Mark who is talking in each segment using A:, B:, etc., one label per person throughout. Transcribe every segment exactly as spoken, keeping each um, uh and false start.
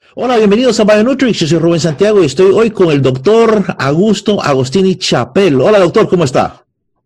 A: Hola, bienvenidos a Bionutrix. Yo soy Rubén Santiago y estoy hoy con el doctor Augusto Agostini Chapel. Hola, doctor, ¿cómo está?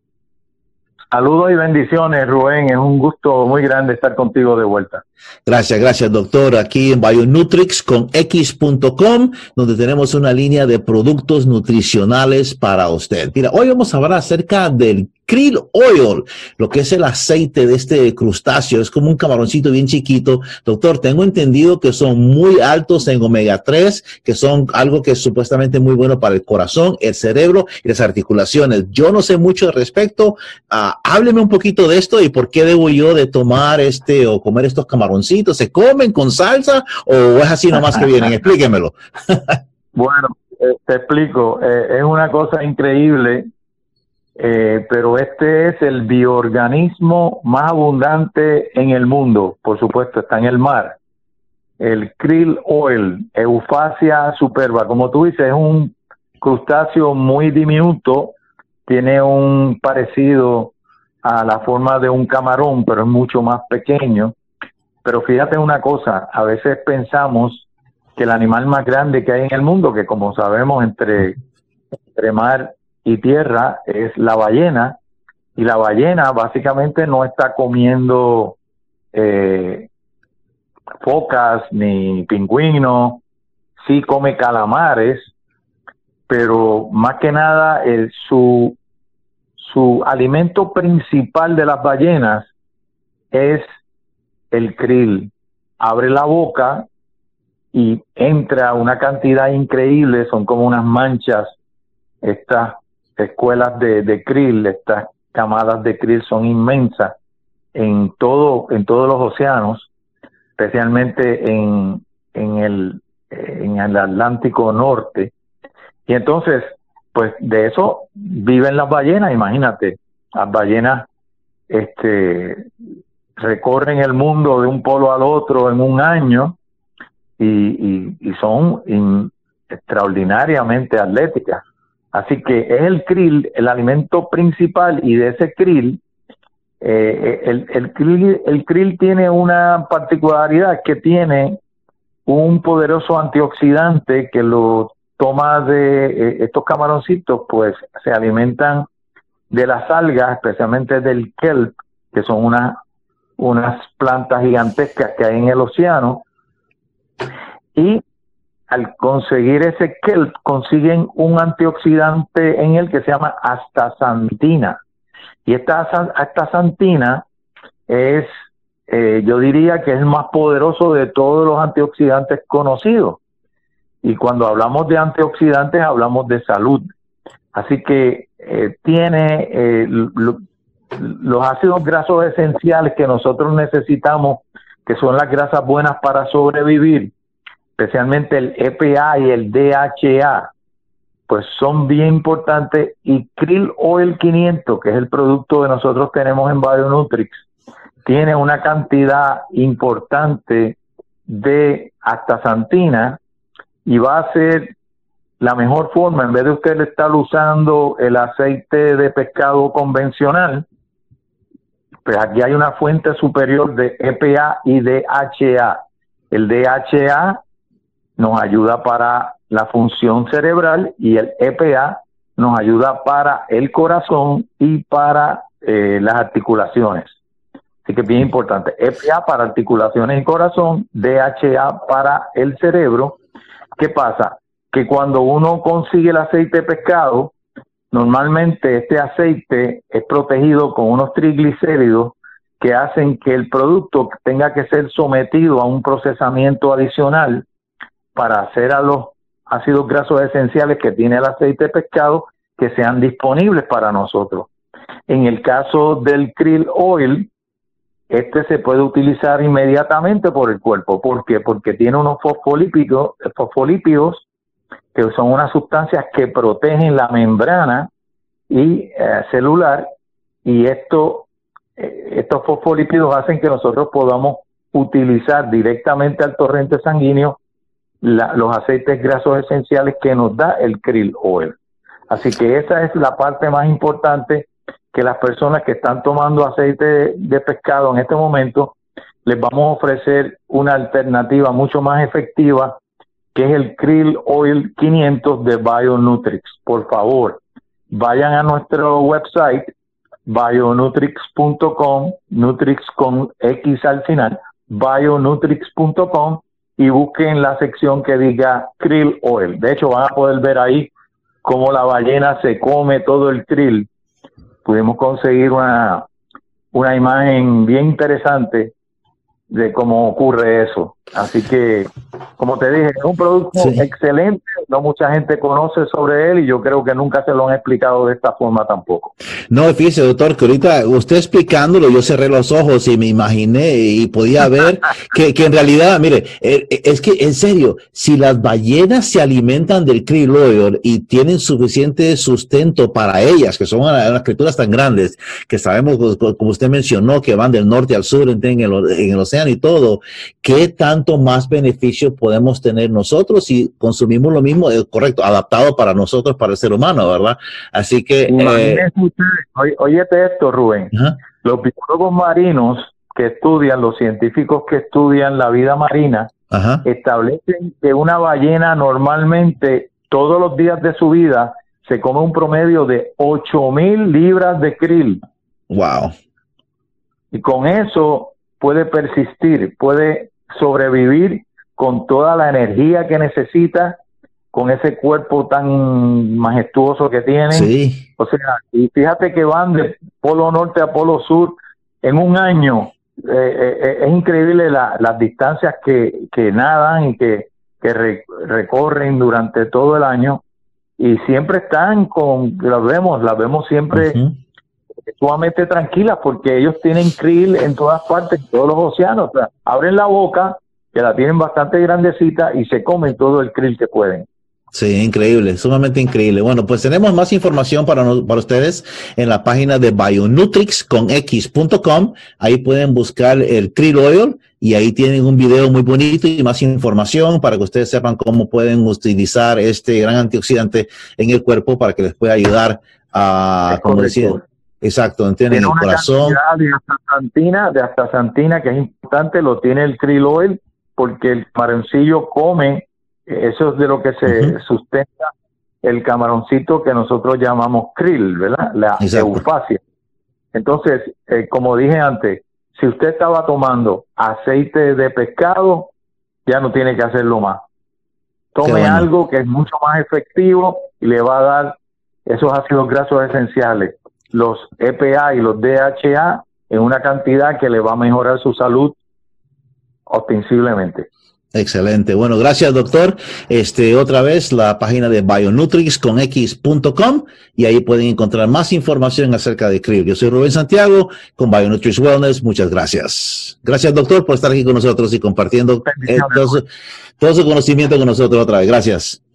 B: Saludos y bendiciones, Rubén. Es un gusto muy grande estar contigo de vuelta.
A: Gracias, gracias, doctor. Aquí en Bionutrix con X punto com, donde tenemos una línea de productos nutricionales para usted. Mira, hoy vamos a hablar acerca del krill oil, lo que es el aceite de este crustáceo. Es como un camaroncito bien chiquito. Doctor, tengo entendido que son muy altos en omega tres, que son algo que es supuestamente muy bueno para el corazón, el cerebro y las articulaciones. Yo no sé mucho al respecto. Uh, hábleme un poquito de esto y por qué debo yo de tomar este o comer estos camaroncitos. ¿Se comen con salsa o es así nomás que vienen? Explíquemelo.
B: Bueno, eh, te explico. Eh, es una cosa increíble. Eh, pero este es el bioorganismo más abundante en el mundo, por supuesto, está en el mar. El krill oil, Eufasia superba, como tú dices, es un crustáceo muy diminuto, tiene un parecido a la forma de un camarón, pero es mucho más pequeño. Pero fíjate una cosa, a veces pensamos que el animal más grande que hay en el mundo, que como sabemos entre, entre mar y tierra, es la ballena, y la ballena básicamente no está comiendo eh, focas ni pingüinos, sí come calamares, pero más que nada el, su, su alimento principal de las ballenas es el krill. Abre la boca y entra una cantidad increíble, son como unas manchas, estas escuelas de, de krill, estas camadas de krill son inmensas en todo, en todos los océanos, especialmente en, en el, en el Atlántico Norte. Y entonces, pues de eso viven las ballenas, imagínate, las ballenas este, recorren el mundo de un polo al otro en un año y, y, y son in, extraordinariamente atléticas. Así que es el krill el alimento principal, y de ese krill, eh, el, el krill, el krill tiene una particularidad, que tiene un poderoso antioxidante que lo toma de eh, estos camaroncitos, pues se alimentan de las algas, especialmente del kelp, que son unas, unas plantas gigantescas que hay en el océano, y al conseguir ese kelp, consiguen un antioxidante en él que se llama astaxantina. Y esta astaxantina es, eh, yo diría que es el más poderoso de todos los antioxidantes conocidos. Y cuando hablamos de antioxidantes, hablamos de salud. Así que eh, tiene eh, lo, los ácidos grasos esenciales que nosotros necesitamos, que son las grasas buenas para sobrevivir, especialmente el E P A y el D H A, pues son bien importantes. Y krill oil quinientos, que es el producto que nosotros tenemos en Bionutrix, tiene una cantidad importante de astaxantina, y va a ser la mejor forma, en vez de usted estar usando el aceite de pescado convencional, pues aquí hay una fuente superior de E P A y D H A. El D H A nos ayuda para la función cerebral y el E P A nos ayuda para el corazón y para eh, las articulaciones. Así que es bien importante. E P A para articulaciones y corazón, D H A para el cerebro. ¿Qué pasa? Que cuando uno consigue el aceite de pescado, normalmente este aceite es protegido con unos triglicéridos que hacen que el producto tenga que ser sometido a un procesamiento adicional para hacer a los ácidos grasos esenciales que tiene el aceite de pescado que sean disponibles para nosotros. En el caso del krill oil, este se puede utilizar inmediatamente por el cuerpo. ¿Por qué? Porque tiene unos fosfolípidos, fosfolípidos que son unas sustancias que protegen la membrana y eh, celular, y esto, eh, estos fosfolípidos hacen que nosotros podamos utilizar directamente al torrente sanguíneo la, los aceites grasos esenciales que nos da el krill oil. Así que esa es la parte más importante, que las personas que están tomando aceite de, de pescado en este momento, les vamos a ofrecer una alternativa mucho más efectiva que es el Krill Oil quinientos de Bionutrix. Por favor, vayan a nuestro website, bionutrix punto com, Nutrix con X al final, bionutrix punto com, y busquen la sección que diga Krill Oil. De hecho, van a poder ver ahí cómo la ballena se come todo el krill. Pudimos conseguir una, una imagen bien interesante de cómo ocurre eso. Así que, como te dije, es un producto sí. excelente, no mucha gente conoce sobre él y yo creo que nunca se lo han explicado de esta forma tampoco.
A: No, fíjese, doctor, que ahorita usted explicándolo, yo cerré los ojos y me imaginé y podía ver que, que en realidad, mire, es que en serio, si las ballenas se alimentan del krill oil y tienen suficiente sustento para ellas, que son unas criaturas tan grandes, que sabemos, como usted mencionó, que van del norte al sur en el, en el océano y todo, ¿qué tanto más beneficio podemos tener nosotros si consumimos lo mismo, eh, correcto, adaptado para nosotros, para el ser humano, ¿verdad? Así que...
B: Eh, oye, óyete esto, Rubén. Uh-huh. Los biólogos marinos que estudian, los científicos que estudian la vida marina, uh-huh. establecen que una ballena normalmente todos los días de su vida se come un promedio de ocho mil libras de krill.
A: Wow.
B: Y con eso puede persistir, puede sobrevivir con toda la energía que necesita, con ese cuerpo tan majestuoso que tienen.
A: Sí.
B: O sea, y fíjate que van de polo norte a polo sur en un año. Eh, eh, es increíble la, las distancias que, que nadan y que, que re, recorren durante todo el año, y siempre están con, las vemos, las vemos siempre uh-huh. sumamente tranquilas, porque ellos tienen krill en todas partes, en todos los océanos. O sea, abren la boca, que la tienen bastante grandecita, y se comen todo el krill que pueden.
A: Sí, increíble, sumamente increíble. Bueno, pues tenemos más información para, para ustedes en la página de bionutrix con X punto com. Ahí pueden buscar el krill oil y ahí tienen un video muy bonito y más información para que ustedes sepan cómo pueden utilizar este gran antioxidante en el cuerpo para que les pueda ayudar a, como decía, exacto, entienden, el corazón.
B: De astaxantina, de astaxantina, que es importante, lo tiene el krill oil, porque el camaroncillo come. Eso es de lo que se uh-huh. sustenta el camaroncito que nosotros llamamos krill, ¿verdad? La eufasia. Entonces, eh, como dije antes, si usted estaba tomando aceite de pescado, ya no tiene que hacerlo más. Tome bueno. algo que es mucho más efectivo y le va a dar esos ácidos grasos esenciales, los E P A y los D H A, en una cantidad que le va a mejorar su salud ostensiblemente.
A: Excelente. Bueno, gracias, doctor. Este, otra vez, la página de bionutrix con X punto com, y ahí pueden encontrar más información acerca de krill. Yo soy Rubén Santiago con Bionutrix Wellness. Muchas gracias. Gracias, doctor, por estar aquí con nosotros y compartiendo eh, todo, su, todo su conocimiento con nosotros otra vez. Gracias.